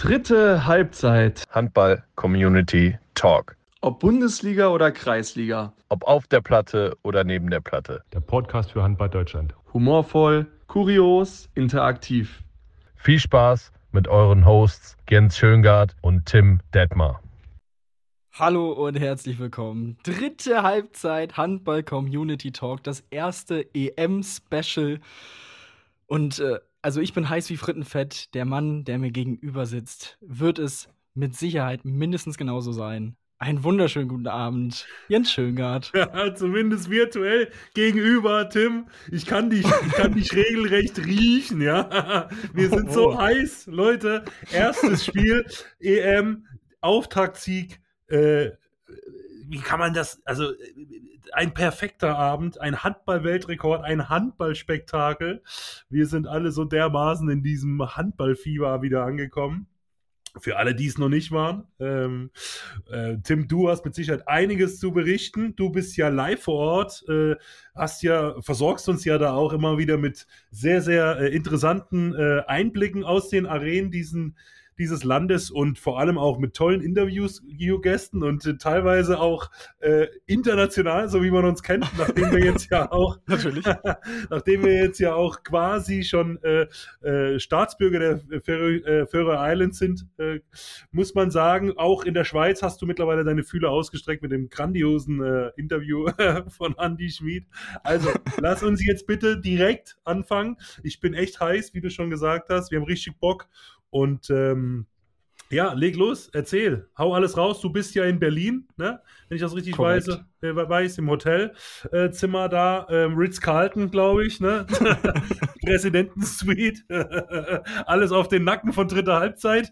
Dritte Halbzeit. Handball Community Talk. Ob Bundesliga oder Kreisliga. Ob auf der Platte oder neben der Platte. Der Podcast für Handball Deutschland. Humorvoll, kurios, interaktiv. Viel Spaß mit euren Hosts Jens Schöngard und Tim Detmar. Hallo und herzlich willkommen. Dritte Halbzeit Handball Community Talk, das erste EM-Special. Und also ich bin heiß wie Frittenfett. Der Mann, der mir gegenüber sitzt, wird es mit Sicherheit mindestens genauso sein. Einen wunderschönen guten Abend, Jens Schöngard. Ja, zumindest virtuell gegenüber, Tim. Ich kann dich regelrecht riechen, ja. Wir sind so heiß, Leute. Erstes Spiel, EM, Auftaktsieg. Wie kann man das, also ein perfekter Abend, ein Handball-Weltrekord, ein Handballspektakel. Wir sind alle so dermaßen in diesem Handballfieber wieder angekommen. Für alle, die es noch nicht waren. Tim, du hast mit Sicherheit einiges zu berichten. Du bist ja live vor Ort, versorgst uns ja da auch immer wieder mit sehr, sehr interessanten Einblicken aus den Arenen dieses Landes und vor allem auch mit tollen Interviewgästen und teilweise auch international, so wie man uns kennt, nachdem wir jetzt ja auch nachdem wir jetzt ja auch quasi schon Staatsbürger der Faroe Islands sind, muss man sagen, auch in der Schweiz hast du mittlerweile deine Fühler ausgestreckt mit dem grandiosen Interview von Andy Schmid. Also, lass uns jetzt bitte direkt anfangen. Ich bin echt heiß, wie du schon gesagt hast. Wir haben richtig Bock. Und ja, leg los, erzähl, hau alles raus. Du bist ja in Berlin, ne? Wenn ich das richtig weiß, im Hotelzimmer da, Ritz-Carlton, glaube ich, ne? Präsidentensuite, alles auf den Nacken von dritter Halbzeit.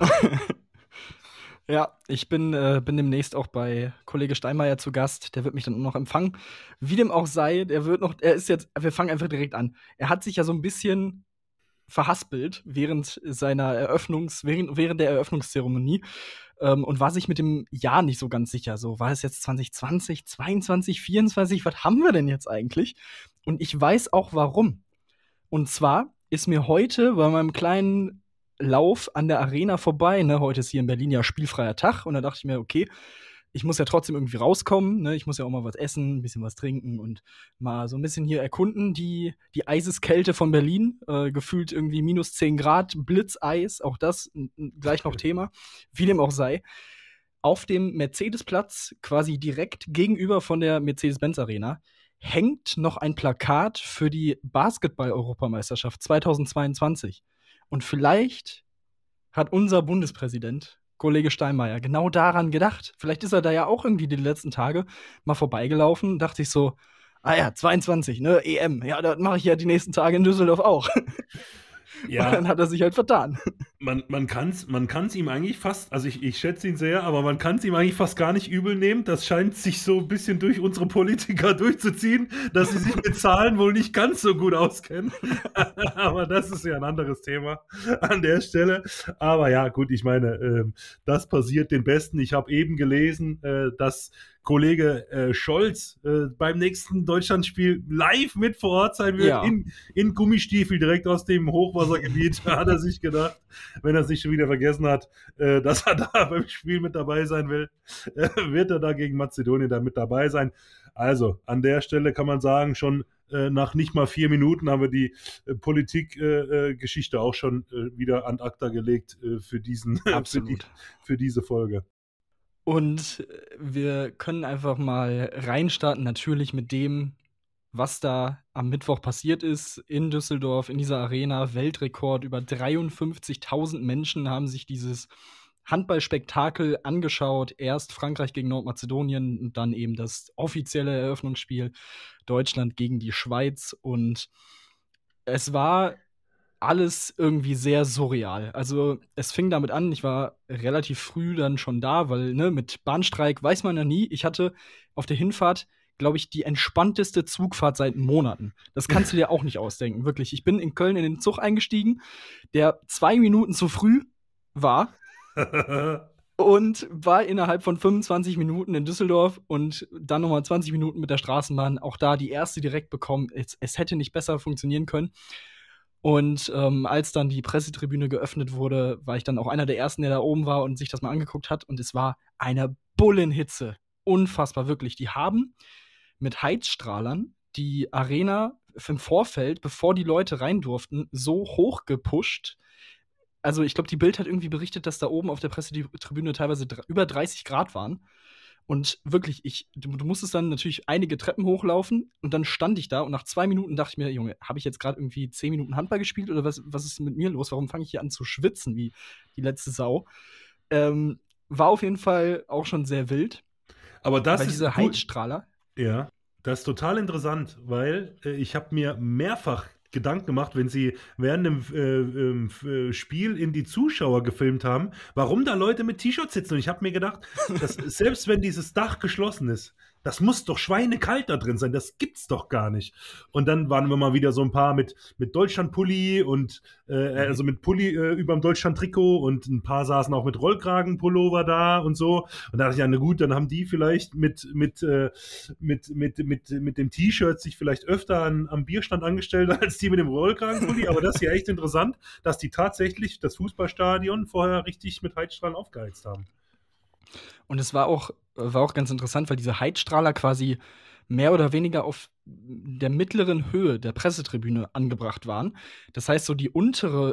Ja, ich bin demnächst auch bei Kollege Steinmeier zu Gast. Der wird mich dann noch empfangen. Wie dem auch sei, wir fangen einfach direkt an. Er hat sich ja so ein bisschen verhaspelt während der Eröffnungszeremonie und war sich mit dem Jahr nicht so ganz sicher. So, war es jetzt 2020, 22, 24? Was haben wir denn jetzt eigentlich? Und ich weiß auch warum. Und zwar ist mir heute bei meinem kleinen Lauf an der Arena vorbei, ne, heute ist hier in Berlin ja spielfreier Tag, und da dachte ich mir, okay, ich muss ja trotzdem irgendwie rauskommen, ne? Ich muss ja auch mal was essen, ein bisschen was trinken und mal so ein bisschen hier erkunden, die Eiseskälte von Berlin, gefühlt irgendwie minus 10 Grad, Blitzeis, auch das gleich noch Thema, wie dem auch sei. Auf dem Mercedesplatz, quasi direkt gegenüber von der Mercedes-Benz-Arena, hängt noch ein Plakat für die Basketball-Europameisterschaft 2022. Und vielleicht hat unser Bundespräsident Kollege Steinmeier genau daran gedacht. Vielleicht ist er da ja auch irgendwie die letzten Tage mal vorbeigelaufen, dachte ich so, 22, ne, EM, ja, das mache ich ja die nächsten Tage in Düsseldorf auch. Ja. Und dann hat er sich halt vertan. Man kann's ihm eigentlich fast, also ich schätze ihn sehr, aber man kann es ihm eigentlich fast gar nicht übel nehmen. Das scheint sich so ein bisschen durch unsere Politiker durchzuziehen, dass sie sich mit Zahlen wohl nicht ganz so gut auskennen. Aber das ist ja ein anderes Thema an der Stelle. Aber ja, gut, ich meine, das passiert den Besten. Ich habe eben gelesen, dass Kollege Scholz beim nächsten Deutschlandspiel live mit vor Ort sein wird, ja. in Gummistiefel direkt aus dem Hochwassergebiet, hat er sich gedacht, wenn er sich schon wieder vergessen hat, dass er da beim Spiel mit dabei sein will, wird er da gegen Mazedonien da mit dabei sein. Also an der Stelle kann man sagen, schon nach nicht mal 4 Minuten haben wir die Politikgeschichte auch schon wieder ad acta gelegt für diese Folge. Und wir können einfach mal reinstarten, natürlich mit dem, was da am Mittwoch passiert ist in Düsseldorf, in dieser Arena. Weltrekord, über 53.000 Menschen haben sich dieses Handballspektakel angeschaut. Erst Frankreich gegen Nordmazedonien und dann eben das offizielle Eröffnungsspiel Deutschland gegen die Schweiz. Und es war alles irgendwie sehr surreal. Also es fing damit an, ich war relativ früh dann schon da, weil mit Bahnstreik weiß man ja nie. Ich hatte auf der Hinfahrt, glaube ich, die entspannteste Zugfahrt seit Monaten. Das kannst du dir auch nicht ausdenken, wirklich. Ich bin in Köln in den Zug eingestiegen, der 2 Minuten zu früh war und war innerhalb von 25 Minuten in Düsseldorf und dann nochmal 20 Minuten mit der Straßenbahn. Auch da die erste direkt bekommen. Es hätte nicht besser funktionieren können. Und als dann die Pressetribüne geöffnet wurde, war ich dann auch einer der Ersten, der da oben war und sich das mal angeguckt hat. Und es war eine Bullenhitze. Unfassbar, wirklich. Die haben mit Heizstrahlern die Arena im Vorfeld, bevor die Leute rein durften, so hoch gepusht. Also ich glaube, die Bild hat irgendwie berichtet, dass da oben auf der Pressetribüne teilweise über 30 Grad waren. Und wirklich, du musstest dann natürlich einige Treppen hochlaufen und dann stand ich da und nach 2 Minuten dachte ich mir, Junge, habe ich jetzt gerade irgendwie 10 Minuten Handball gespielt oder was ist mit mir los? Warum fange ich hier an zu schwitzen wie die letzte Sau? War auf jeden Fall auch schon sehr wild. Aber das Weil ist diese Heizstrahler. Ja, das ist total interessant, weil ich habe mir mehrfach Gedanken gemacht, wenn sie während dem Spiel in die Zuschauer gefilmt haben, warum da Leute mit T-Shirts sitzen. Und ich habe mir gedacht, dass, selbst wenn dieses Dach geschlossen ist, das muss doch schweinekalt da drin sein. Das gibt's doch gar nicht. Und dann waren wir mal wieder so ein paar mit Deutschland-Pulli und also mit Pulli über dem Deutschland-Trikot und ein paar saßen auch mit Rollkragenpullover da und so. Und da dachte ich, ja, na gut, dann haben die vielleicht mit dem T-Shirt sich vielleicht öfter am Bierstand angestellt als die mit dem Rollkragenpulli. Aber das ist ja echt interessant, dass die tatsächlich das Fußballstadion vorher richtig mit Heizstrahlen aufgeheizt haben. Und es war auch ganz interessant, weil diese Heizstrahler quasi mehr oder weniger auf der mittleren Höhe der Pressetribüne angebracht waren. Das heißt, so die unteren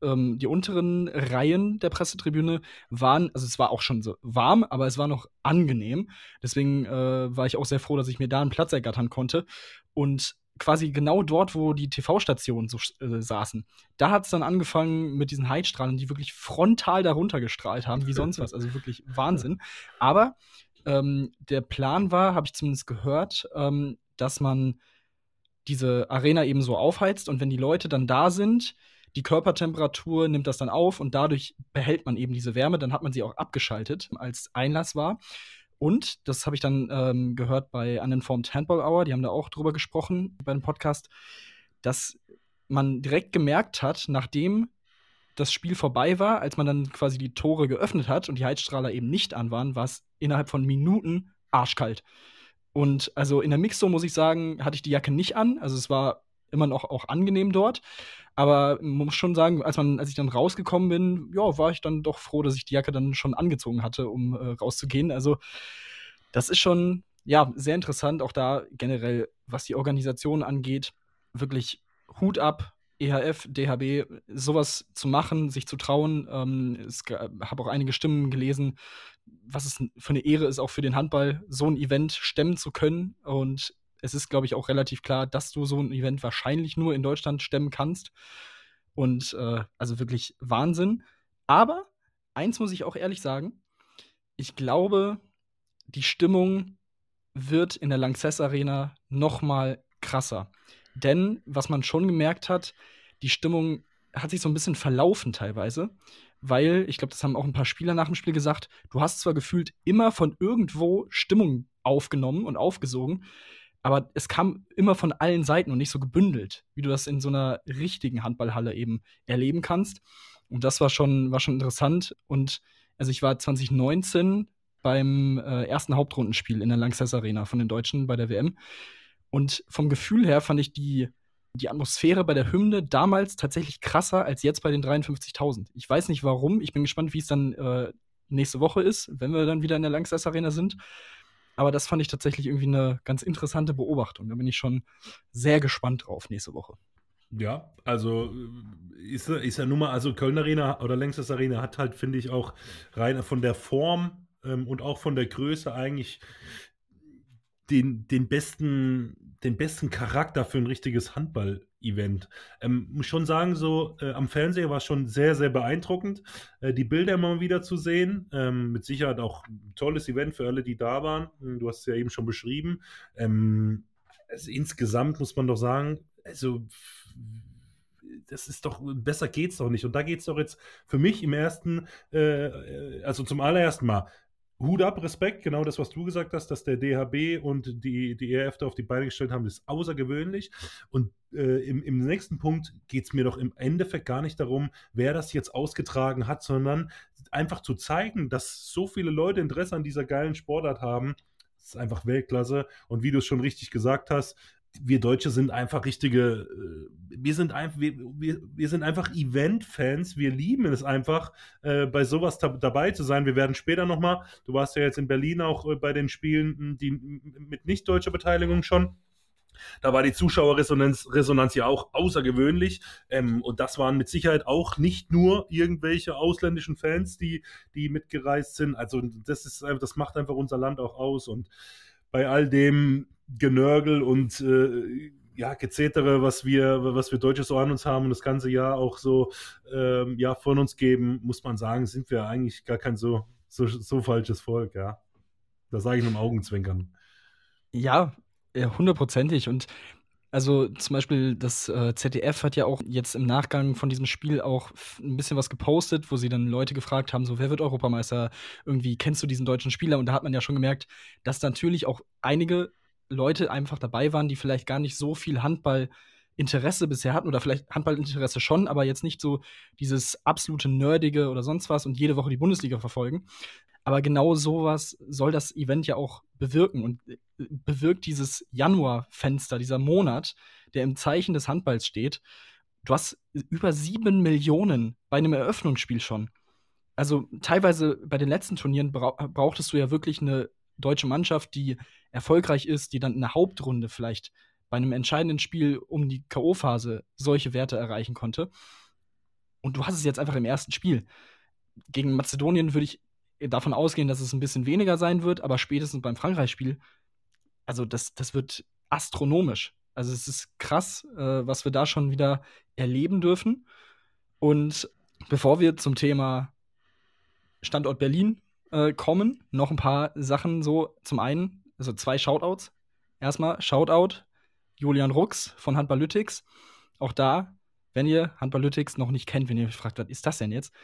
Reihen der Pressetribüne waren, also es war auch schon so warm, aber es war noch angenehm. Deswegen war ich auch sehr froh, dass ich mir da einen Platz ergattern konnte. Und quasi genau dort, wo die TV-Stationen so saßen, da hat es dann angefangen mit diesen Heizstrahlen, die wirklich frontal darunter gestrahlt haben, wie sonst was. Also wirklich Wahnsinn. Aber der Plan war, habe ich zumindest gehört, dass man diese Arena eben so aufheizt und wenn die Leute dann da sind, die Körpertemperatur nimmt das dann auf und dadurch behält man eben diese Wärme. Dann hat man sie auch abgeschaltet, als Einlass war. Und, das habe ich dann gehört bei Uninformed Handball Hour, die haben da auch drüber gesprochen bei dem Podcast, dass man direkt gemerkt hat, nachdem das Spiel vorbei war, als man dann quasi die Tore geöffnet hat und die Heizstrahler eben nicht an waren, war es innerhalb von Minuten arschkalt. Und also in der Mixzone, muss ich sagen, hatte ich die Jacke nicht an. Also es war immer noch auch angenehm dort. Aber man muss schon sagen, als ich dann rausgekommen bin, ja, war ich dann doch froh, dass ich die Jacke dann schon angezogen hatte, um rauszugehen. Also das ist schon, ja, sehr interessant, auch da generell, was die Organisation angeht. Wirklich Hut ab, EHF, DHB, sowas zu machen, sich zu trauen. Habe auch einige Stimmen gelesen, was es für eine Ehre ist, auch für den Handball, so ein Event stemmen zu können. Und es ist, glaube ich, auch relativ klar, dass du so ein Event wahrscheinlich nur in Deutschland stemmen kannst. Und also wirklich Wahnsinn. Aber eins muss ich auch ehrlich sagen, ich glaube, die Stimmung wird in der Lanxess Arena noch mal krasser. Denn, was man schon gemerkt hat, die Stimmung hat sich so ein bisschen verlaufen teilweise. Weil, ich glaube, das haben auch ein paar Spieler nach dem Spiel gesagt, du hast zwar gefühlt immer von irgendwo Stimmung aufgenommen und aufgesogen, aber es kam immer von allen Seiten und nicht so gebündelt, wie du das in so einer richtigen Handballhalle eben erleben kannst. Und das war schon interessant. Und also ich war 2019 beim ersten Hauptrundenspiel in der Lanxess Arena von den Deutschen bei der WM. Und vom Gefühl her fand ich die Atmosphäre bei der Hymne damals tatsächlich krasser als jetzt bei den 53.000. Ich weiß nicht warum. Ich bin gespannt, wie es dann nächste Woche ist, wenn wir dann wieder in der Lanxess Arena sind. Aber das fand ich tatsächlich irgendwie eine ganz interessante Beobachtung. Da bin ich schon sehr gespannt drauf nächste Woche. Ja, also ist ja nun mal, also Köln Arena oder Lanxess Arena hat halt, finde ich, auch rein von der Form und auch von der Größe eigentlich den besten Charakter für ein richtiges Handball-Event. Muss schon sagen, so am Fernseher war es schon sehr, sehr beeindruckend, die Bilder immer wieder zu sehen. Mit Sicherheit auch ein tolles Event für alle, die da waren. Du hast es ja eben schon beschrieben. Also insgesamt muss man doch sagen, also das ist doch, besser geht's doch nicht. Und da geht's doch jetzt für mich im ersten, also zum allerersten Mal, Hut ab, Respekt, genau das, was du gesagt hast, dass der DHB und die ERF da auf die Beine gestellt haben, ist außergewöhnlich. Und im nächsten Punkt geht es mir doch im Endeffekt gar nicht darum, wer das jetzt ausgetragen hat, sondern einfach zu zeigen, dass so viele Leute Interesse an dieser geilen Sportart haben. Das ist einfach Weltklasse. Und wie du es schon richtig gesagt hast, wir Deutsche sind einfach wir sind einfach Event-Fans. Wir lieben es einfach, bei sowas dabei zu sein. Wir werden später nochmal, du warst ja jetzt in Berlin auch bei den Spielen, die mit nicht deutscher Beteiligung schon. Da war die Zuschauerresonanz ja auch außergewöhnlich. Und das waren mit Sicherheit auch nicht nur irgendwelche ausländischen Fans, die mitgereist sind. Also das macht einfach unser Land auch aus. Und bei all dem Genörgel und Gezetere, was wir Deutsche so an uns haben und das ganze Jahr auch so von uns geben, muss man sagen, sind wir eigentlich gar kein so falsches Volk, ja. Das sage ich mit dem Augenzwinkern. Ja, 100%ig. Und also zum Beispiel das ZDF hat ja auch jetzt im Nachgang von diesem Spiel auch ein bisschen was gepostet, wo sie dann Leute gefragt haben, so, wer wird Europameister? Irgendwie, kennst du diesen deutschen Spieler? Und da hat man ja schon gemerkt, dass natürlich auch einige Leute einfach dabei waren, die vielleicht gar nicht so viel Handballinteresse bisher hatten oder vielleicht Handballinteresse schon, aber jetzt nicht so dieses absolute Nerdige oder sonst was und jede Woche die Bundesliga verfolgen. Aber genau sowas soll das Event ja auch bewirken und bewirkt dieses Januarfenster, dieser Monat, der im Zeichen des Handballs steht. Du hast über 7 Millionen bei einem Eröffnungsspiel schon. Also teilweise bei den letzten Turnieren brauchtest du ja wirklich eine deutsche Mannschaft, die erfolgreich ist, die dann in der Hauptrunde vielleicht bei einem entscheidenden Spiel um die K.O.-Phase solche Werte erreichen konnte. Und du hast es jetzt einfach im ersten Spiel. Gegen Mazedonien würde ich davon ausgehen, dass es ein bisschen weniger sein wird, aber spätestens beim Frankreich-Spiel, also das wird astronomisch. Also es ist krass, was wir da schon wieder erleben dürfen. Und bevor wir zum Thema Standort Berlin kommen, noch ein paar Sachen so. Zum einen, also 2 Shoutouts. Erstmal Shoutout Julian Rux von Handballytics. Auch da, wenn ihr Handballytics noch nicht kennt, wenn ihr euch fragt, was ist das denn jetzt?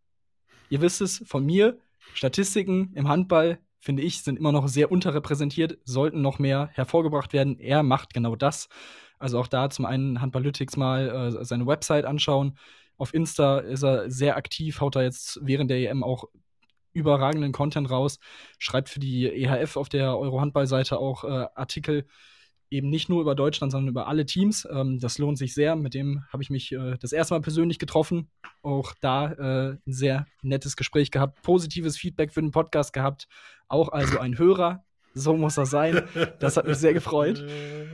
Ihr wisst es von mir, Statistiken im Handball, finde ich, sind immer noch sehr unterrepräsentiert, sollten noch mehr hervorgebracht werden. Er macht genau das. Also auch da zum einen Handballytics mal seine Website anschauen. Auf Insta ist er sehr aktiv, haut da jetzt während der EM auch überragenden Content raus, schreibt für die EHF auf der Euro-Handball-Seite auch Artikel, eben nicht nur über Deutschland, sondern über alle Teams. Das lohnt sich sehr. Mit dem habe ich mich das erste Mal persönlich getroffen. Auch da ein sehr nettes Gespräch gehabt. Positives Feedback für den Podcast gehabt. Auch also ein Hörer. So muss das sein. Das hat mich sehr gefreut.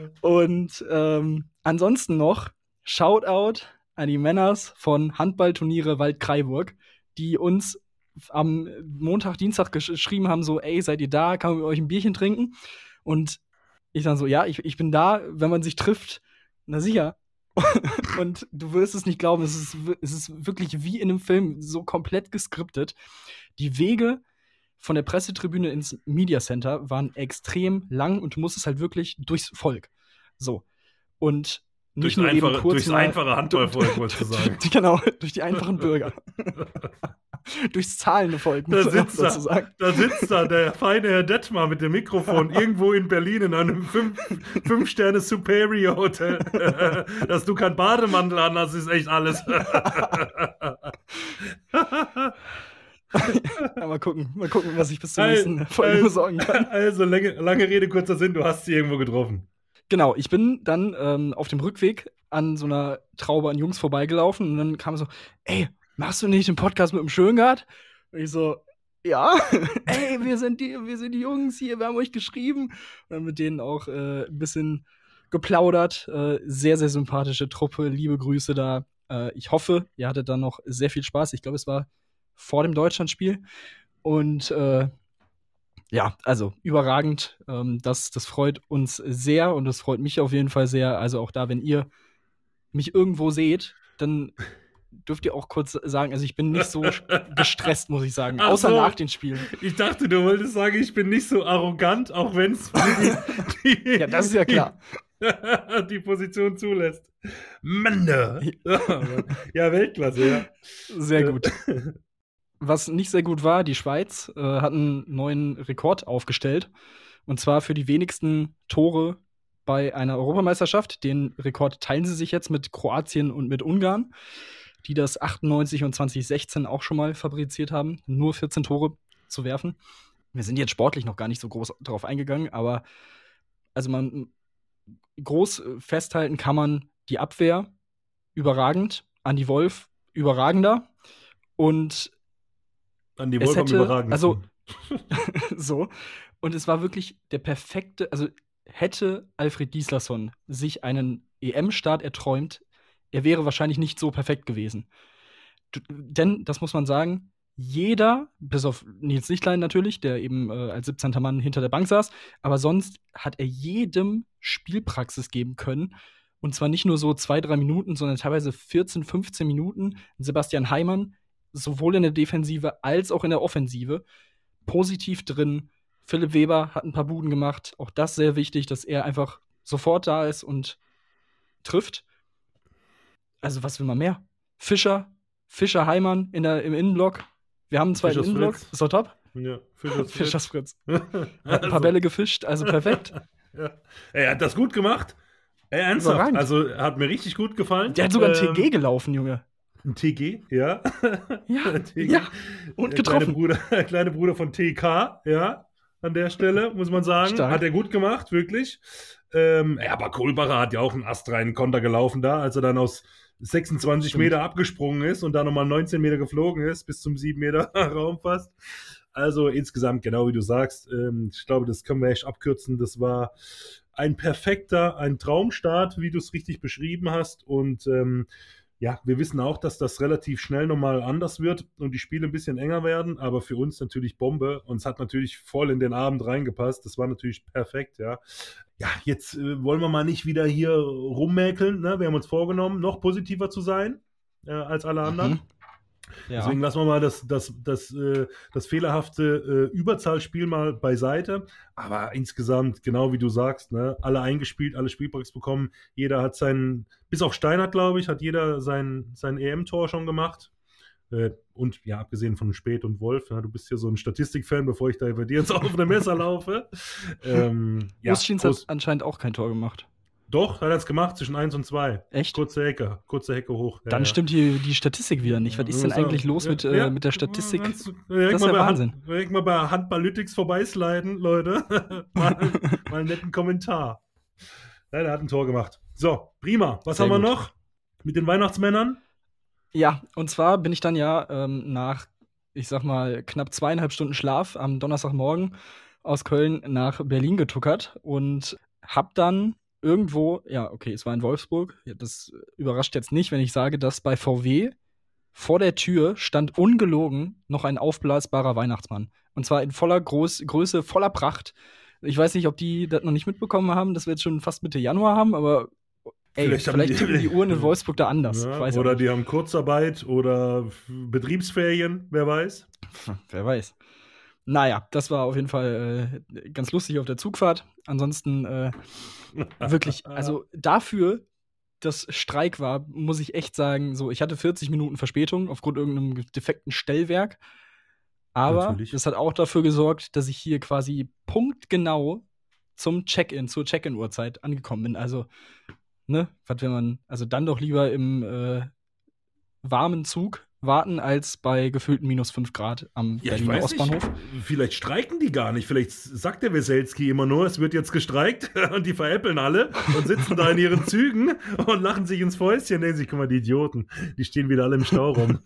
Und ansonsten noch Shoutout an die Männers von Handballturniere Waldkraiburg, die uns am Montag, Dienstag geschrieben haben, so, ey, seid ihr da? Kann man mit euch ein Bierchen trinken? Und ich dann so, ja, ich bin da, wenn man sich trifft. Na sicher. Und du wirst es nicht glauben, es ist wirklich wie in einem Film, so komplett geskriptet. Die Wege von der Pressetribüne ins Media Center waren extrem lang und du musstest halt wirklich durchs Volk. So. Und nicht nur eben kurz durchs einfache Handballvolk, wolltest du sagen. Genau, durch die einfachen Bürger. Durchs zahlende Volk, muss man dazu sagen. Da sitzt da der feine Herr Detmar mit dem Mikrofon irgendwo in Berlin in einem 5-Sterne-Superior-Hotel. Dass du kein Bademantel an hast, ist echt alles. Ja, mal gucken, was ich bis zur nächsten Folge besorgen kann. Also, lange Rede, kurzer Sinn, du hast sie irgendwo getroffen. Genau, ich bin dann auf dem Rückweg an so einer Traube an Jungs vorbeigelaufen und dann kam so, ey, machst du nicht den Podcast mit dem Schöngard? Und ich so, ja, ey, wir sind die Jungs hier, wir haben euch geschrieben. Und dann mit denen auch ein bisschen geplaudert. Sehr, sehr sympathische Truppe, liebe Grüße da. Ich hoffe, ihr hattet dann noch sehr viel Spaß. Ich glaube, es war vor dem Deutschlandspiel. Und ja, also überragend. Das freut uns sehr und das freut mich auf jeden Fall sehr. Also auch da, wenn ihr mich irgendwo seht, dann dürft ihr auch kurz sagen, also ich bin nicht so gestresst, muss ich sagen, außer nach den Spielen. Ich dachte, du wolltest sagen, ich bin nicht so arrogant, auch wenn es ja, das ist ja klar. Die Position zulässt. Männer! Ja, Weltklasse, ja. Sehr gut. Was nicht sehr gut war, die Schweiz hat einen neuen Rekord aufgestellt. Und zwar für die wenigsten Tore bei einer Europameisterschaft. Den Rekord teilen sie sich jetzt mit Kroatien und mit Ungarn, die das 98 und 2016 auch schon mal fabriziert haben, nur 14 Tore zu werfen. Wir sind jetzt sportlich noch gar nicht so groß drauf eingegangen, aber also man groß festhalten kann man die Abwehr überragend, Andi Wolf überragender und An die es Wolf am hätte, überragend. also so, und es war wirklich der perfekte, also hätte Alfred Gislason sich einen EM-Start erträumt, er wäre wahrscheinlich nicht so perfekt gewesen. Denn, das muss man sagen, jeder, bis auf Nils Lichtlein natürlich, der eben als 17. Mann hinter der Bank saß, aber sonst hat er jedem Spielpraxis geben können. Und zwar nicht nur so 2-3 Minuten, sondern teilweise 14, 15 Minuten. Sebastian Heimann, sowohl in der Defensive als auch in der Offensive, positiv drin. Philipp Weber hat ein paar Buden gemacht. Auch das sehr wichtig, dass er einfach sofort da ist und trifft. Also, was will man mehr? Fischer Heimann im Innenblock. Wir haben einen zweiten Fischers Innenblock. Fritz. Ist doch top. Ja, Fischers Fritz. Hat ein paar Bälle gefischt, also perfekt. Ja. Er hat das gut gemacht. Ernsthaft. Überragend. Also hat mir richtig gut gefallen. Der hat sogar ein TG gelaufen, Junge. Ein TG, ja. Ja, TG. ja. Und getroffen. Kleine Bruder von TK, ja. An der Stelle, muss man sagen. Stark. Hat er gut gemacht, wirklich. Ja, aber Kohlbacher hat ja auch einen astreinen Konter gelaufen da, als er dann aus 26 Stimmt. Meter abgesprungen ist und da nochmal 19 Meter geflogen ist, bis zum 7 Meter Raum fast. Also insgesamt, genau wie du sagst, ich glaube, das können wir echt abkürzen. Das war ein Traumstart, wie du es richtig beschrieben hast. Und ja, wir wissen auch, dass das relativ schnell nochmal anders wird und die Spiele ein bisschen enger werden, aber für uns natürlich Bombe und es hat natürlich voll in den Abend reingepasst. Das war natürlich perfekt, ja. Ja, jetzt wollen wir mal nicht wieder hier rummäkeln, ne? Wir haben uns vorgenommen, noch positiver zu sein als alle anderen. Ja. Deswegen lassen wir mal das fehlerhafte Überzahlspiel mal beiseite. Aber insgesamt, genau wie du sagst, ne, alle eingespielt, alle Spielpraxis bekommen. Jeder hat bis auf Steinert, glaube ich, hat jeder sein EM-Tor schon gemacht. Und ja, abgesehen von Speth und Wolf, ja, du bist hier so ein Statistikfan, bevor ich da bei dir ins offene Messer laufe. Ja, Ustschins hat anscheinend auch kein Tor gemacht. Doch, hat er es gemacht, zwischen 1 und 2. Echt? Kurze Hecke hoch. Dann stimmt hier die Statistik wieder nicht. Was ist denn eigentlich los mit der Statistik? Das ist ja Wahnsinn. Direkt mal bei Handballytics vorbeisliden, Leute. mal einen netten Kommentar. Ja, der hat ein Tor gemacht. So, prima. Was Sehr haben wir gut. noch mit den Weihnachtsmännern? Ja, und zwar bin ich dann ja nach, ich sag mal, knapp 2,5 Stunden Schlaf am Donnerstagmorgen aus Köln nach Berlin getuckert und hab dann irgendwo, ja, okay, es war in Wolfsburg, ja, das überrascht jetzt nicht, wenn ich sage, dass bei VW vor der Tür stand ungelogen noch ein aufblasbarer Weihnachtsmann. Und zwar in voller Größe, voller Pracht. Ich weiß nicht, ob die das noch nicht mitbekommen haben, dass wir jetzt schon fast Mitte Januar haben, aber ey, vielleicht tippen die Uhren in Wolfsburg da anders. Ja, Ich weiß oder auch nicht. die haben Kurzarbeit oder Betriebsferien, wer weiß. Wer weiß. Naja, das war auf jeden Fall ganz lustig auf der Zugfahrt. Ansonsten wirklich, also dafür, dass Streik war, muss ich echt sagen, so, ich hatte 40 Minuten Verspätung aufgrund irgendeinem defekten Stellwerk. Aber Natürlich. das hat auch dafür gesorgt, dass ich hier quasi punktgenau zur Check-in-Uhrzeit angekommen bin. Also, ne, was will man, also dann doch lieber im warmen Zug warten, als bei gefühlten minus 5 Grad am Ja, ich Berliner weiß Ostbahnhof. nicht. Vielleicht streiken die gar nicht. Vielleicht sagt der Weselski immer nur, es wird jetzt gestreikt und die veräppeln alle und sitzen da in ihren Zügen und lachen sich ins Fäustchen. Denken sich, guck mal, die Idioten, die stehen wieder alle im Stau rum.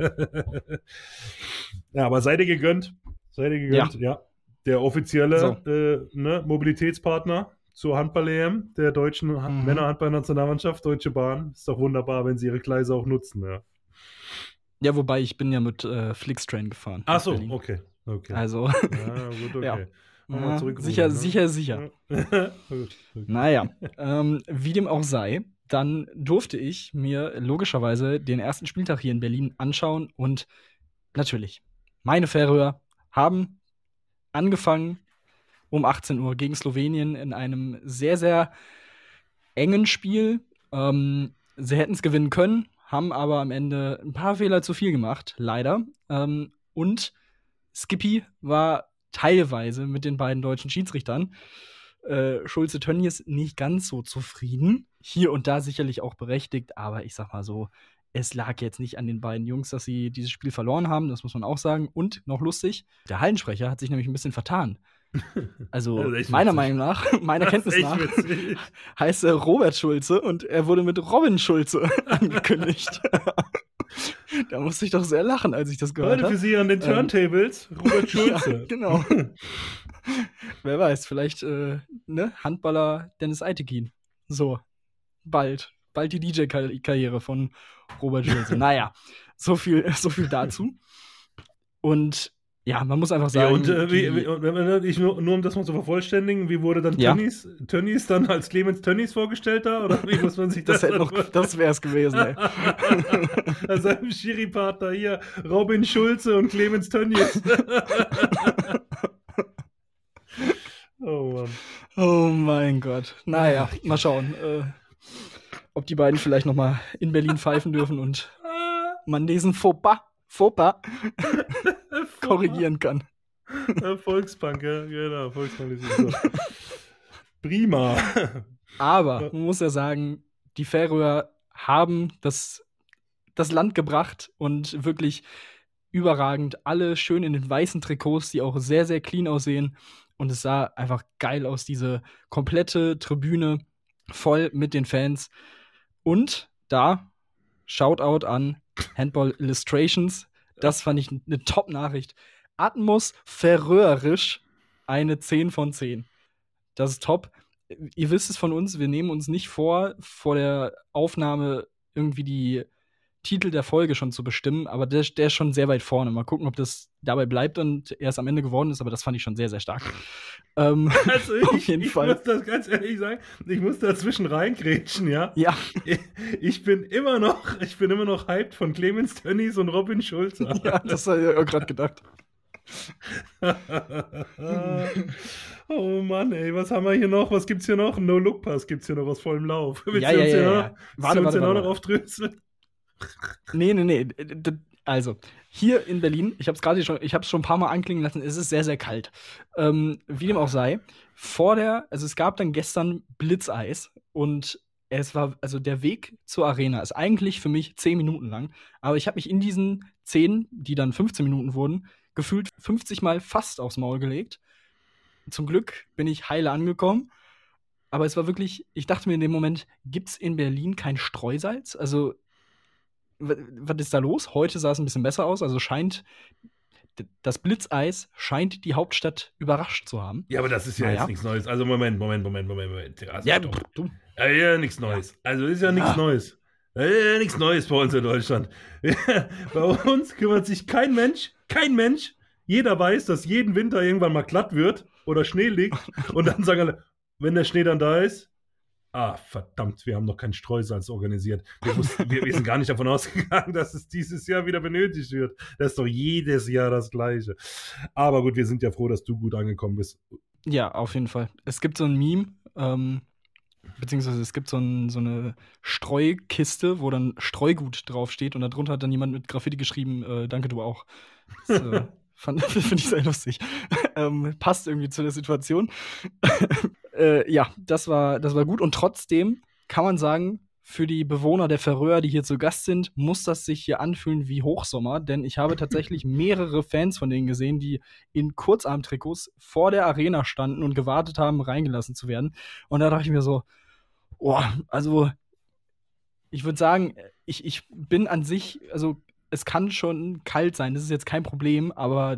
Ja, aber seid ihr gegönnt. Ja. Der offizielle Mobilitätspartner zur Handball-EM der deutschen Männerhandball-Nationalmannschaft, Deutsche Bahn. Ist doch wunderbar, wenn sie ihre Gleise auch nutzen, ja. Ja, wobei ich bin ja mit Flixtrain gefahren. Ach nach so, Berlin. okay. Also, Ja, gut, okay. Ja. Machen wir zurück. sicher. Okay. Naja, wie dem auch sei, dann durfte ich mir logischerweise den ersten Spieltag hier in Berlin anschauen und natürlich, meine Färöer haben angefangen um 18 Uhr gegen Slowenien in einem sehr, sehr engen Spiel. Sie hätten es gewinnen können, haben aber am Ende ein paar Fehler zu viel gemacht, leider. Und Skippy war teilweise mit den beiden deutschen Schiedsrichtern, Schulze-Tönnies, nicht ganz so zufrieden. Hier und da sicherlich auch berechtigt, aber ich sag mal so, es lag jetzt nicht an den beiden Jungs, dass sie dieses Spiel verloren haben, das muss man auch sagen. Und noch lustig, der Hallensprecher hat sich nämlich ein bisschen vertan. Also Das ist echt meiner witzig. Meinung nach, meiner Das ist Kenntnis echt nach, witzig. heißt er Robert Schulze und er wurde mit Robin Schulze angekündigt. Da musste ich doch sehr lachen, als ich das gehört Heute für habe. Sie an den Turntables, Robert Schulze. Ja, genau. Wer weiß, vielleicht Handballer Dennis Eitekin. So, bald die DJ-Karriere von Robert Schulze. Naja, so viel dazu. Und ja, man muss einfach Ja, sagen, und nur um das mal zu vervollständigen, wie wurde dann Ja. Tönnies dann als Clemens Tönnies vorgestellt da? Oder wie muss man sich das das wäre es gewesen, ey. Als seinem Schiri-Partner hier, Robin Schulze und Clemens Tönnies. Oh Mann. Oh mein Gott. Naja, mal schauen, ob die beiden vielleicht noch mal in Berlin pfeifen dürfen und man diesen Fauxpas korrigieren kann. Volkspunk, ja, genau. Volkspunk ist so. Prima. Aber man muss ja sagen, die Färöer haben das Land gebracht und wirklich überragend. Alle schön in den weißen Trikots, die auch sehr, sehr clean aussehen. Und es sah einfach geil aus, diese komplette Tribüne voll mit den Fans. Und da, Shoutout an Handball Illustrations, das fand ich eine Top-Nachricht. Atmosphärisch eine 10 von 10. Das ist top. Ihr wisst es von uns, wir nehmen uns nicht vor der Aufnahme irgendwie die Titel der Folge schon zu bestimmen, aber der ist schon sehr weit vorne. Mal gucken, ob das dabei bleibt und er es am Ende geworden ist, aber das fand ich schon sehr, sehr stark. Also auf jeden Fall. muss das ganz ehrlich sagen, ich muss dazwischen reingrätschen, ja. Ja, Ich bin immer noch hyped von Clemens Tönnies und Robin Schulze. ja, das habe ich auch gerade gedacht. Oh Mann, ey, was haben wir hier noch? Was gibt's hier noch? No-Look-Pass gibt's hier noch aus vollem Lauf. Willst Ja, du ja, uns ja, hier ja. noch- Warte, willst du uns hier warte. noch aufdröseln? Nee. Also, hier in Berlin, ich habe es schon ein paar Mal anklingen lassen, es ist sehr, sehr kalt. Wie dem auch sei, es gab dann gestern Blitzeis und es war, also der Weg zur Arena ist eigentlich für mich 10 Minuten lang, aber ich habe mich in diesen 10, die dann 15 Minuten wurden, gefühlt 50 Mal fast aufs Maul gelegt. Zum Glück bin ich heile angekommen. Aber es war wirklich, ich dachte mir in dem Moment, gibt's in Berlin kein Streusalz? Also, was ist da los? Heute sah es ein bisschen besser aus. Also das Blitzeis scheint die Hauptstadt überrascht zu haben. Ja, aber das ist ja Naja. jetzt nichts Neues. Also Moment. Also, Ja, stopp. du. Ja, nichts Neues. Also ist ja nichts Ja. Neues. Nichts Neues bei uns in Deutschland. Bei uns kümmert sich kein Mensch. Jeder weiß, dass jeden Winter irgendwann mal glatt wird oder Schnee liegt. Und dann sagen alle, wenn der Schnee dann da ist, verdammt, wir haben noch kein Streusalz organisiert. Wir sind gar nicht davon ausgegangen, dass es dieses Jahr wieder benötigt wird. Das ist doch jedes Jahr das Gleiche. Aber gut, wir sind ja froh, dass du gut angekommen bist. Ja, auf jeden Fall. Es gibt so ein Meme, beziehungsweise es gibt so eine Streukiste, wo dann Streugut draufsteht und darunter hat dann jemand mit Graffiti geschrieben, danke, du auch. Das finde ich sehr lustig. Passt irgendwie zu der Situation. Ja, das war gut und trotzdem kann man sagen, für die Bewohner der Färöer, die hier zu Gast sind, muss das sich hier anfühlen wie Hochsommer, denn ich habe tatsächlich mehrere Fans von denen gesehen, die in Kurzarmtrikots vor der Arena standen und gewartet haben, reingelassen zu werden. Und da dachte ich mir so, also ich würde sagen, ich bin an sich, also es kann schon kalt sein, das ist jetzt kein Problem, aber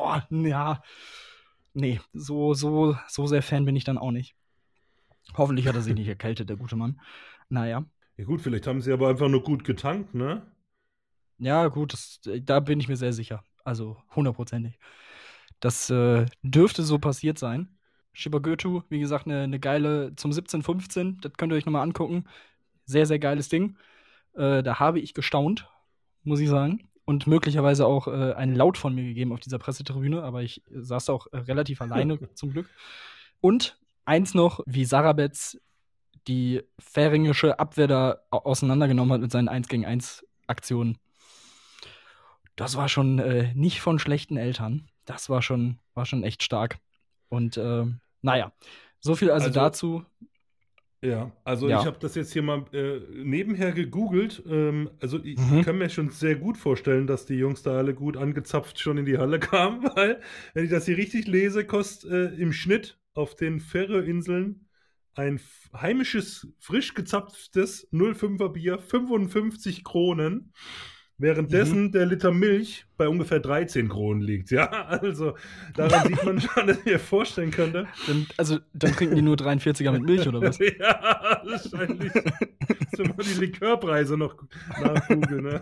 nee, so sehr Fan bin ich dann auch nicht. Hoffentlich hat er sich nicht erkältet, der gute Mann. Naja. Ja gut, vielleicht haben sie aber einfach nur gut getankt, ne? Ja, gut, da bin ich mir sehr sicher. Also 100%ig. Das dürfte so passiert sein. Shibagötu, wie gesagt, eine geile zum 17:15. Das könnt ihr euch nochmal angucken. Sehr, sehr geiles Ding. Da habe ich gestaunt, muss ich sagen. Und möglicherweise auch einen Laut von mir gegeben auf dieser Pressetribüne. Aber ich saß da auch relativ alleine, zum Glück. Und eins noch, wie Sarabetz die färingische Abwehr da auseinandergenommen hat mit seinen 1-gegen-1 Aktionen. Das war schon nicht von schlechten Eltern. Das war schon echt stark. Und naja, so viel also dazu. Ja, also Ja. ich habe das jetzt hier mal nebenher gegoogelt. Also ich Mhm. kann mir schon sehr gut vorstellen, dass die Jungs da alle gut angezapft schon in die Halle kamen, weil, wenn ich das hier richtig lese, kostet im Schnitt auf den Färöerinseln ein heimisches, frisch gezapftes 0,5er Bier 55 Kronen, währenddessen der Liter Milch bei ungefähr 13 Kronen liegt. Ja, also daran sieht man schon, dass ich mir vorstellen könnte. Dann trinken die nur 43er mit Milch oder was? Ja, wahrscheinlich. Wenn man die Likörpreise noch nachgoogeln, ne?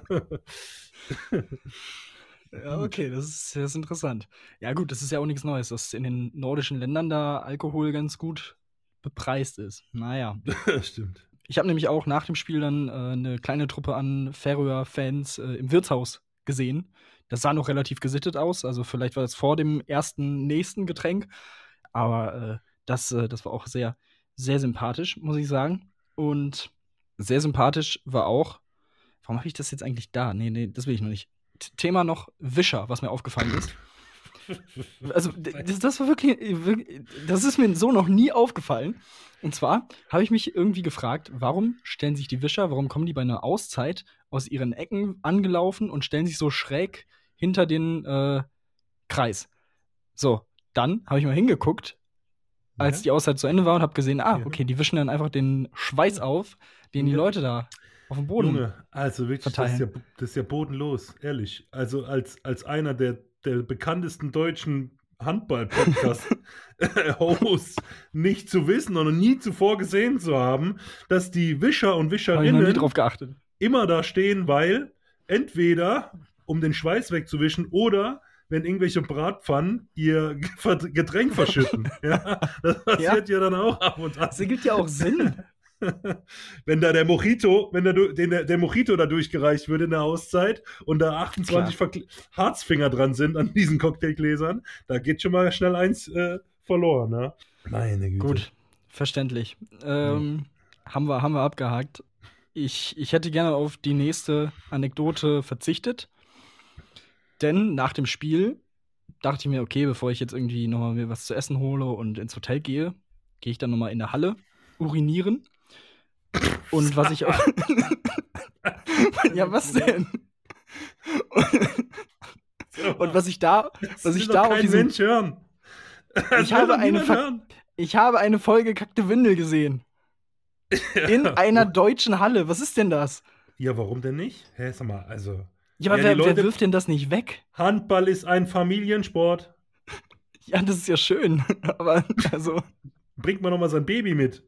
Ja, okay, das ist interessant. Ja, gut, das ist ja auch nichts Neues, dass in den nordischen Ländern da Alkohol ganz gut bepreist ist. Naja. Stimmt. Ich habe nämlich auch nach dem Spiel dann eine kleine Truppe an Färöer-Fans im Wirtshaus gesehen. Das sah noch relativ gesittet aus, also vielleicht war das vor dem nächsten Getränk. Aber das war auch sehr, sehr sympathisch, muss ich sagen. Und sehr sympathisch war auch, warum habe ich das jetzt eigentlich da? Nee, das will ich noch nicht. Thema noch Wischer, was mir aufgefallen ist. Also, das war wirklich, das ist mir so noch nie aufgefallen. Und zwar habe ich mich irgendwie gefragt, warum stellen sich die Wischer, warum kommen die bei einer Auszeit aus ihren Ecken angelaufen und stellen sich so schräg hinter den Kreis? So, dann habe ich mal hingeguckt, als die Auszeit zu Ende war und habe gesehen, okay, die wischen dann einfach den Schweiß auf, den die Leute da auf dem Boden Junge, also wirklich, verteilen. das ist ja bodenlos, ehrlich. Also als einer der bekanntesten deutschen Handball-Podcast-Hosts nicht zu wissen und nie zuvor gesehen zu haben, dass die Wischer und Habe ich noch nie Wischerinnen drauf geachtet. immer da stehen, weil entweder um den Schweiß wegzuwischen oder wenn irgendwelche Bratpfannen ihr Getränk verschütten. Ja, das passiert ja dann auch ab und an. Das ergibt ja auch Sinn. Wenn da der Mojito, der Mojito da durchgereicht wird in der Auszeit und da 28 Harzfinger dran sind an diesen Cocktailgläsern, da geht schon mal schnell eins verloren, ne? Meine Güte. Gut, verständlich. Haben wir abgehakt. Ich hätte gerne auf die nächste Anekdote verzichtet. Denn nach dem Spiel dachte ich mir, okay, bevor ich jetzt irgendwie nochmal mir was zu essen hole und ins Hotel gehe ich dann nochmal in der Halle urinieren. Und was ich auch. Ja, was denn? Und was ich da auf diesem. Mensch hören. Ich habe eine vollgekackte Windel gesehen. In einer deutschen Halle. Was ist denn das? Ja, warum denn nicht? Hä, sag mal, also. Ja, aber wer wirft denn das nicht weg? Handball ist ein Familiensport. Ja, das ist ja schön. Aber, also. Bringt man noch mal sein Baby mit.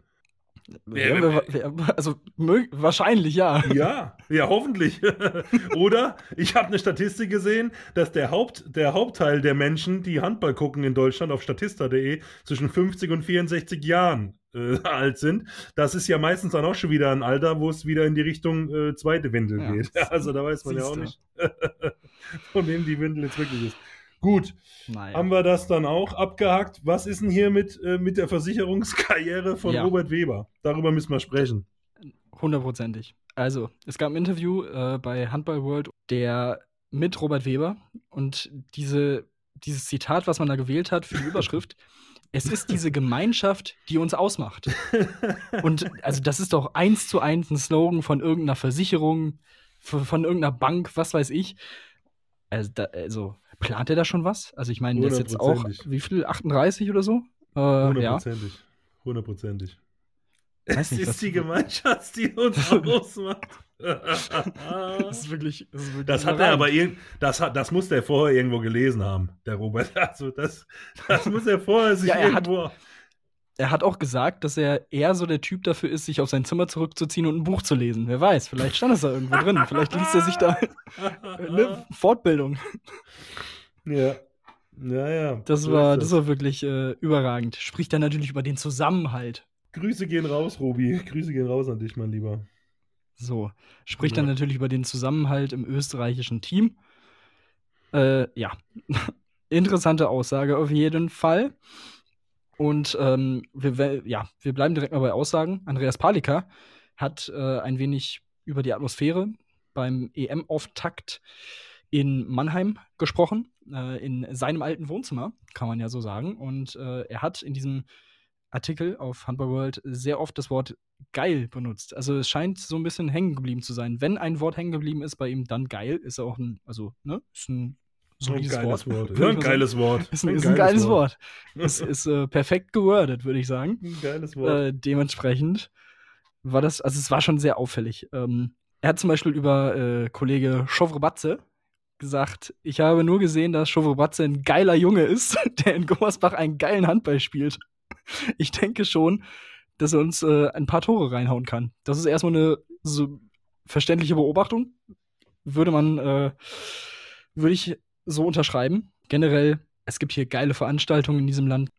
Also, wahrscheinlich, ja. Ja, hoffentlich. Oder ich habe eine Statistik gesehen, dass der Hauptteil der Menschen, die Handball gucken in Deutschland auf statista.de, zwischen 50 und 64 Jahren alt sind. Das ist ja meistens dann auch schon wieder ein Alter, wo es wieder in die Richtung zweite Windel geht. Also da weiß man ja auch nicht, von wem die Windel jetzt wirklich ist. Gut, haben wir das dann auch abgehakt. Was ist denn hier mit der Versicherungskarriere von Robert Weber? Darüber müssen wir sprechen. 100%. Also, es gab ein Interview bei Handball World mit Robert Weber und dieses Zitat, was man da gewählt hat für die Überschrift, es ist diese Gemeinschaft, die uns ausmacht. Und also das ist doch 1:1 ein Slogan von irgendeiner Versicherung, von irgendeiner Bank, was weiß ich. Also plant er da schon was? Also ich meine, der ist jetzt auch, wie viel, 38 oder so? 100%. 100%. Es ist die Gemeinschaft, die uns ausmacht. Das ist wirklich das hat er aber das muss der vorher irgendwo gelesen haben, der Robert. Also das muss er vorher sich irgendwo. Er hat auch gesagt, dass er eher so der Typ dafür ist, sich auf sein Zimmer zurückzuziehen und ein Buch zu lesen. Wer weiß, vielleicht stand es da irgendwo drin. Vielleicht liest er sich da eine Fortbildung. Ja. Das war wirklich überragend. Spricht dann natürlich über den Zusammenhalt. Grüße gehen raus, Robi. Grüße gehen raus an dich, mein Lieber. So, spricht dann natürlich über den Zusammenhalt im österreichischen Team. Interessante Aussage auf jeden Fall. Und wir bleiben direkt mal bei Aussagen. Andreas Palika hat ein wenig über die Atmosphäre beim EM-Auftakt in Mannheim gesprochen, in seinem alten Wohnzimmer, kann man ja so sagen. Und er hat in diesem Artikel auf Handball World sehr oft das Wort geil benutzt. Also es scheint so ein bisschen hängen geblieben zu sein. Wenn ein Wort hängen geblieben ist bei ihm, dann geil. Ist auch ist ein solides geiles Wort. Würde Ja, ich ein mal geiles sagen. Wort. Ist ein geiles Wort. Es ist perfekt gewordet, würde ich sagen. Ein geiles Wort. Dementsprechend war das, also es war schon sehr auffällig. Er hat zum Beispiel über Kollege Schowrebatze gesagt, ich habe nur gesehen, dass Schowrebatze ein geiler Junge ist, der in Gummersbach einen geilen Handball spielt. Ich denke schon, dass er uns ein paar Tore reinhauen kann. Das ist erstmal eine so verständliche Beobachtung. Würde ich so unterschreiben. Generell, es gibt hier geile Veranstaltungen in diesem Land.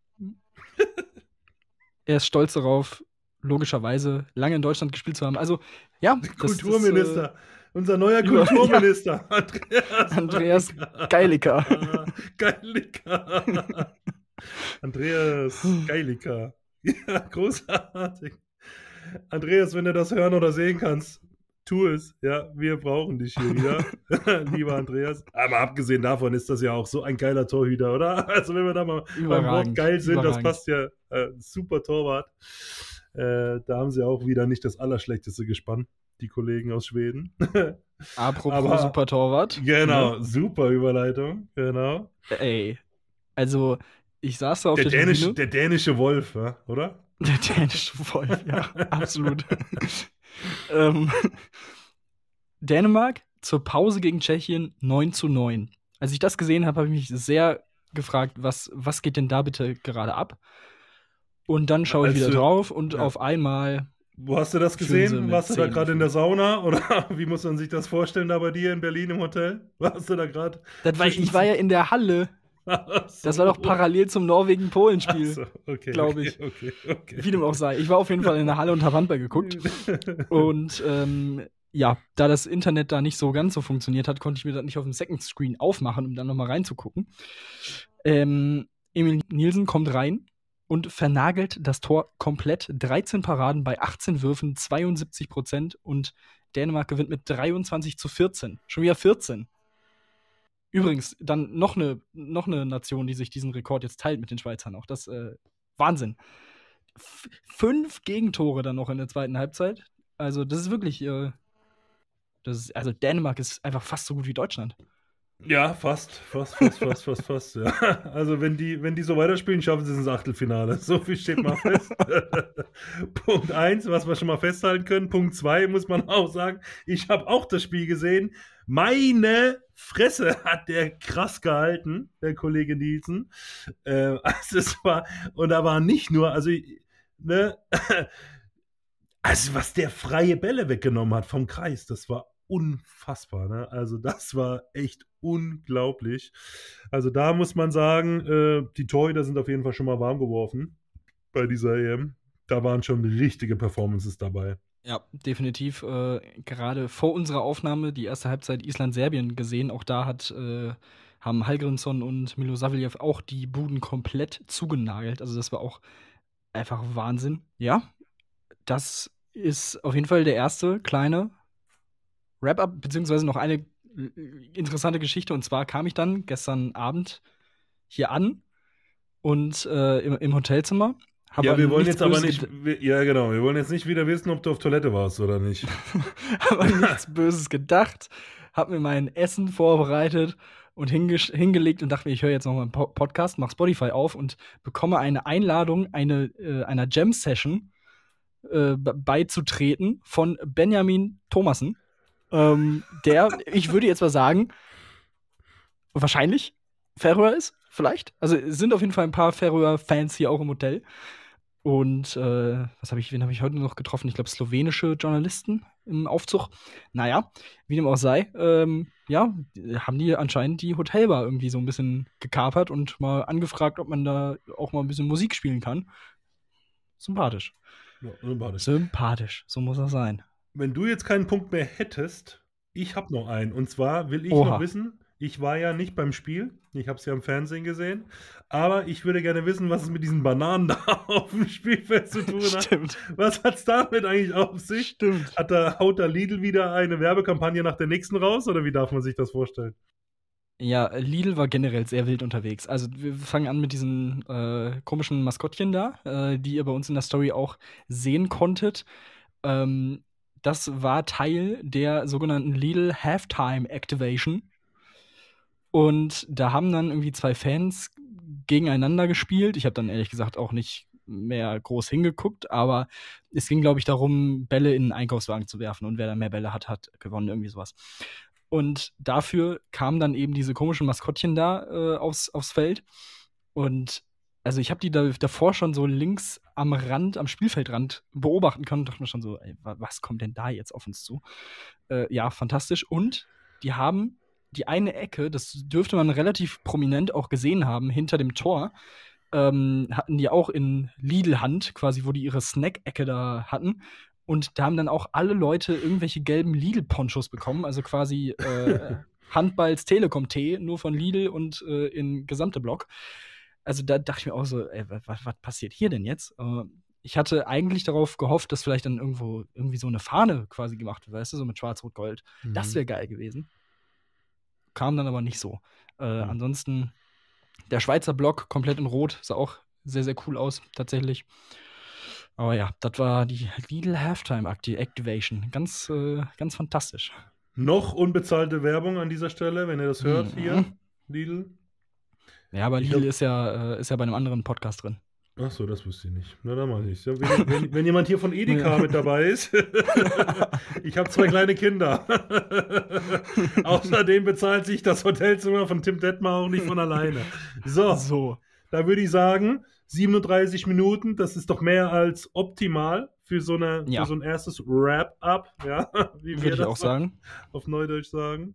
Er ist stolz darauf, logischerweise lange in Deutschland gespielt zu haben. Also, ja. Kulturminister. Unser neuer Kulturminister. Ja. Andreas Geiliker. Geiliker. Andreas Geiliker. Ja, großartig. Andreas, wenn du das hören oder sehen kannst, tu es. Ja, wir brauchen dich hier wieder. Lieber Andreas. Aber abgesehen davon ist das ja auch so ein geiler Torhüter, oder? Also wenn wir da mal beim Wort geil sind, das passt ja. Super Torwart. Da haben sie auch wieder nicht das Allerschlechteste gespannt, die Kollegen aus Schweden. Apropos super Torwart. Genau, super Überleitung. Genau. Ey, also ich saß da auf der Tribüne. Der dänische Wolf, ja, oder? Der dänische Wolf, ja, absolut. Dänemark zur Pause gegen Tschechien 9:9. Als ich das gesehen habe, habe ich mich sehr gefragt, was geht denn da bitte gerade ab? Und dann schaue ich wieder drauf und auf einmal. Wo hast du das gesehen? Warst du da gerade in der Sauna? Oder wie muss man sich das vorstellen da bei dir in Berlin im Hotel? Warst du da gerade? Ich war ja in der Halle. Das war doch parallel zum Norwegen-Polen-Spiel, okay, glaube ich. Okay. Wie dem auch sei. Ich war auf jeden Fall in der Halle und habe Handball geguckt. Und ja, da das Internet da nicht so ganz so funktioniert hat, konnte ich mir das nicht auf dem Second Screen aufmachen, um dann nochmal reinzugucken. Emil Nielsen kommt rein und vernagelt das Tor komplett. 13 Paraden bei 18 Würfen, 72% und Dänemark gewinnt mit 23:14. Schon wieder 14. Übrigens, dann noch eine Nation, die sich diesen Rekord jetzt teilt mit den Schweizern auch. Das Wahnsinn. 5 Gegentore dann noch in der zweiten Halbzeit. Also, das ist wirklich also Dänemark ist einfach fast so gut wie Deutschland. Ja, fast, ja. Also wenn die so weiterspielen, schaffen sie es ins Achtelfinale. So viel steht mal fest. Punkt 1, was wir schon mal festhalten können. Punkt 2 muss man auch sagen, ich habe auch das Spiel gesehen. Meine Fresse hat der krass gehalten, der Kollege Nielsen. Also es war, und da war nicht nur, also was der freie Bälle weggenommen hat vom Kreis, das war unfassbar, ne? Also das war echt unglaublich. Also da muss man sagen, die Torhüter sind auf jeden Fall schon mal warm geworfen bei dieser EM. Da waren schon richtige Performances dabei. Ja, definitiv. Gerade vor unserer Aufnahme die erste Halbzeit Island-Serbien gesehen. Auch da haben Hallgrímsson und Milosavljev auch die Buden komplett zugenagelt. Also das war auch einfach Wahnsinn. Ja, das ist auf jeden Fall der erste kleine Wrap-up, beziehungsweise noch eine interessante Geschichte. Und zwar kam ich dann gestern Abend hier an und im Hotelzimmer. Ja, wir wollen jetzt aber nicht, wir wollen jetzt nicht wieder wissen, ob du auf Toilette warst oder nicht. Habe an nichts Böses gedacht, habe mir mein Essen vorbereitet und hingelegt und dachte mir, ich höre jetzt noch mal einen Podcast, mach Spotify auf und bekomme eine Einladung, einer Jam-Session beizutreten von Benjamin Thomassen. Der, ich würde jetzt mal sagen, wahrscheinlich Färöer ist, vielleicht. Also es sind auf jeden Fall ein paar Färöer-Fans hier auch im Hotel. Und wen habe ich heute noch getroffen? Ich glaube, slowenische Journalisten im Aufzug. Naja, wie dem auch sei, haben die anscheinend die Hotelbar irgendwie so ein bisschen gekapert und mal angefragt, ob man da auch mal ein bisschen Musik spielen kann. Sympathisch. Ja, sympathisch, so muss das sein. Wenn du jetzt keinen Punkt mehr hättest, ich habe noch einen. Und zwar will ich noch wissen, ich war ja nicht beim Spiel, ich habe es ja im Fernsehen gesehen, aber ich würde gerne wissen, was es mit diesen Bananen da auf dem Spielfeld zu tun hat. Stimmt. Was hat es damit eigentlich auf sich? Stimmt. Haut da Lidl wieder eine Werbekampagne nach der nächsten raus oder wie darf man sich das vorstellen? Ja, Lidl war generell sehr wild unterwegs. Also, wir fangen an mit diesen, komischen Maskottchen da, die ihr bei uns in der Story auch sehen konntet. Das war Teil der sogenannten Lidl Halftime Activation. Und da haben dann irgendwie 2 Fans gegeneinander gespielt. Ich habe dann ehrlich gesagt auch nicht mehr groß hingeguckt, aber es ging, glaube ich, darum, Bälle in 'n Einkaufswagen zu werfen und wer dann mehr Bälle hat, hat gewonnen, irgendwie sowas. Und dafür kamen dann eben diese komischen Maskottchen da, aufs Feld. Und also, ich habe die davor schon so links am Rand, am Spielfeldrand beobachten können und dachte mir schon so: „Ey, was kommt denn da jetzt auf uns zu?“ Ja, fantastisch. Und die haben die eine Ecke, das dürfte man relativ prominent auch gesehen haben, hinter dem Tor, hatten die auch in Lidl-Hand, quasi, wo die ihre Snack-Ecke da hatten. Und da haben dann auch alle Leute irgendwelche gelben Lidl-Ponchos bekommen, also quasi Handballs-Telekom-Tee, nur von Lidl und in gesamte Block. Also da dachte ich mir auch so, ey, was passiert hier denn jetzt? Ich hatte eigentlich darauf gehofft, dass vielleicht dann irgendwo irgendwie so eine Fahne quasi gemacht wird, weißt du, so mit Schwarz-Rot-Gold. Das wäre geil gewesen. Kam dann aber nicht so. Ansonsten der Schweizer Block komplett in Rot, sah auch sehr, sehr cool aus, tatsächlich. Aber ja, das war die Lidl Halftime Activation. Ganz fantastisch. Noch unbezahlte Werbung an dieser Stelle, wenn ihr das hört hier, Lidl. Ja, aber Lidl ist ja bei einem anderen Podcast drin. Ach so, das wusste ich nicht. Na, dann mache ich ja, wenn jemand hier von Edeka mit dabei ist. Ich habe 2 kleine Kinder. Außerdem bezahlt sich das Hotelzimmer von Tim Detmar auch nicht von alleine. So. Da würde ich sagen, 37 Minuten, das ist doch mehr als optimal für so ein erstes Wrap-up, ja, wie wir Würde ich das auch sagen. auf Neudeutsch sagen.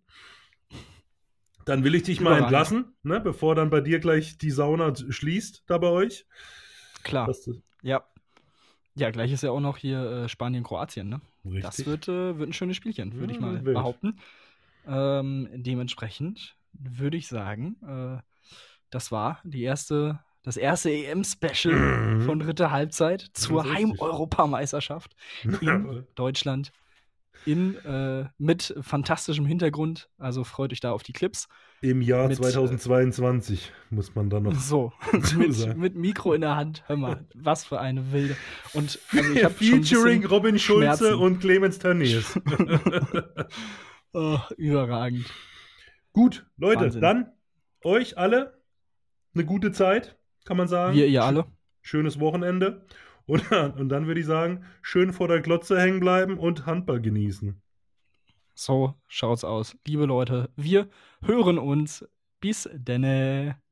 Dann will ich dich mal entlassen, ne, bevor dann bei dir gleich die Sauna schließt, da bei euch. Klar. Ja. Ja, gleich ist ja auch noch hier Spanien, Kroatien, ne? Richtig. Das wird ein schönes Spielchen, würde ich mal wild. behaupten. Dementsprechend würde ich sagen, das war das erste EM-Special von Dritte Halbzeit zur Das ist richtig. Heimeuropameisterschaft in Deutschland. Mit fantastischem Hintergrund. Also freut euch da auf die Clips. Im Jahr 2022 muss man dann noch so mit Mikro in der Hand. Hör mal, was für eine wilde. Und also ich Featuring Robin Schulze Schmerzen. und Clemens Tönnies. Oh, überragend. Gut, Leute, Wahnsinn. dann euch alle eine gute Zeit, kann man sagen. Ihr alle. Schönes Wochenende. Und dann würde ich sagen, schön vor der Glotze hängen bleiben und Handball genießen. So schaut's aus. Liebe Leute, wir hören uns. Bis denne.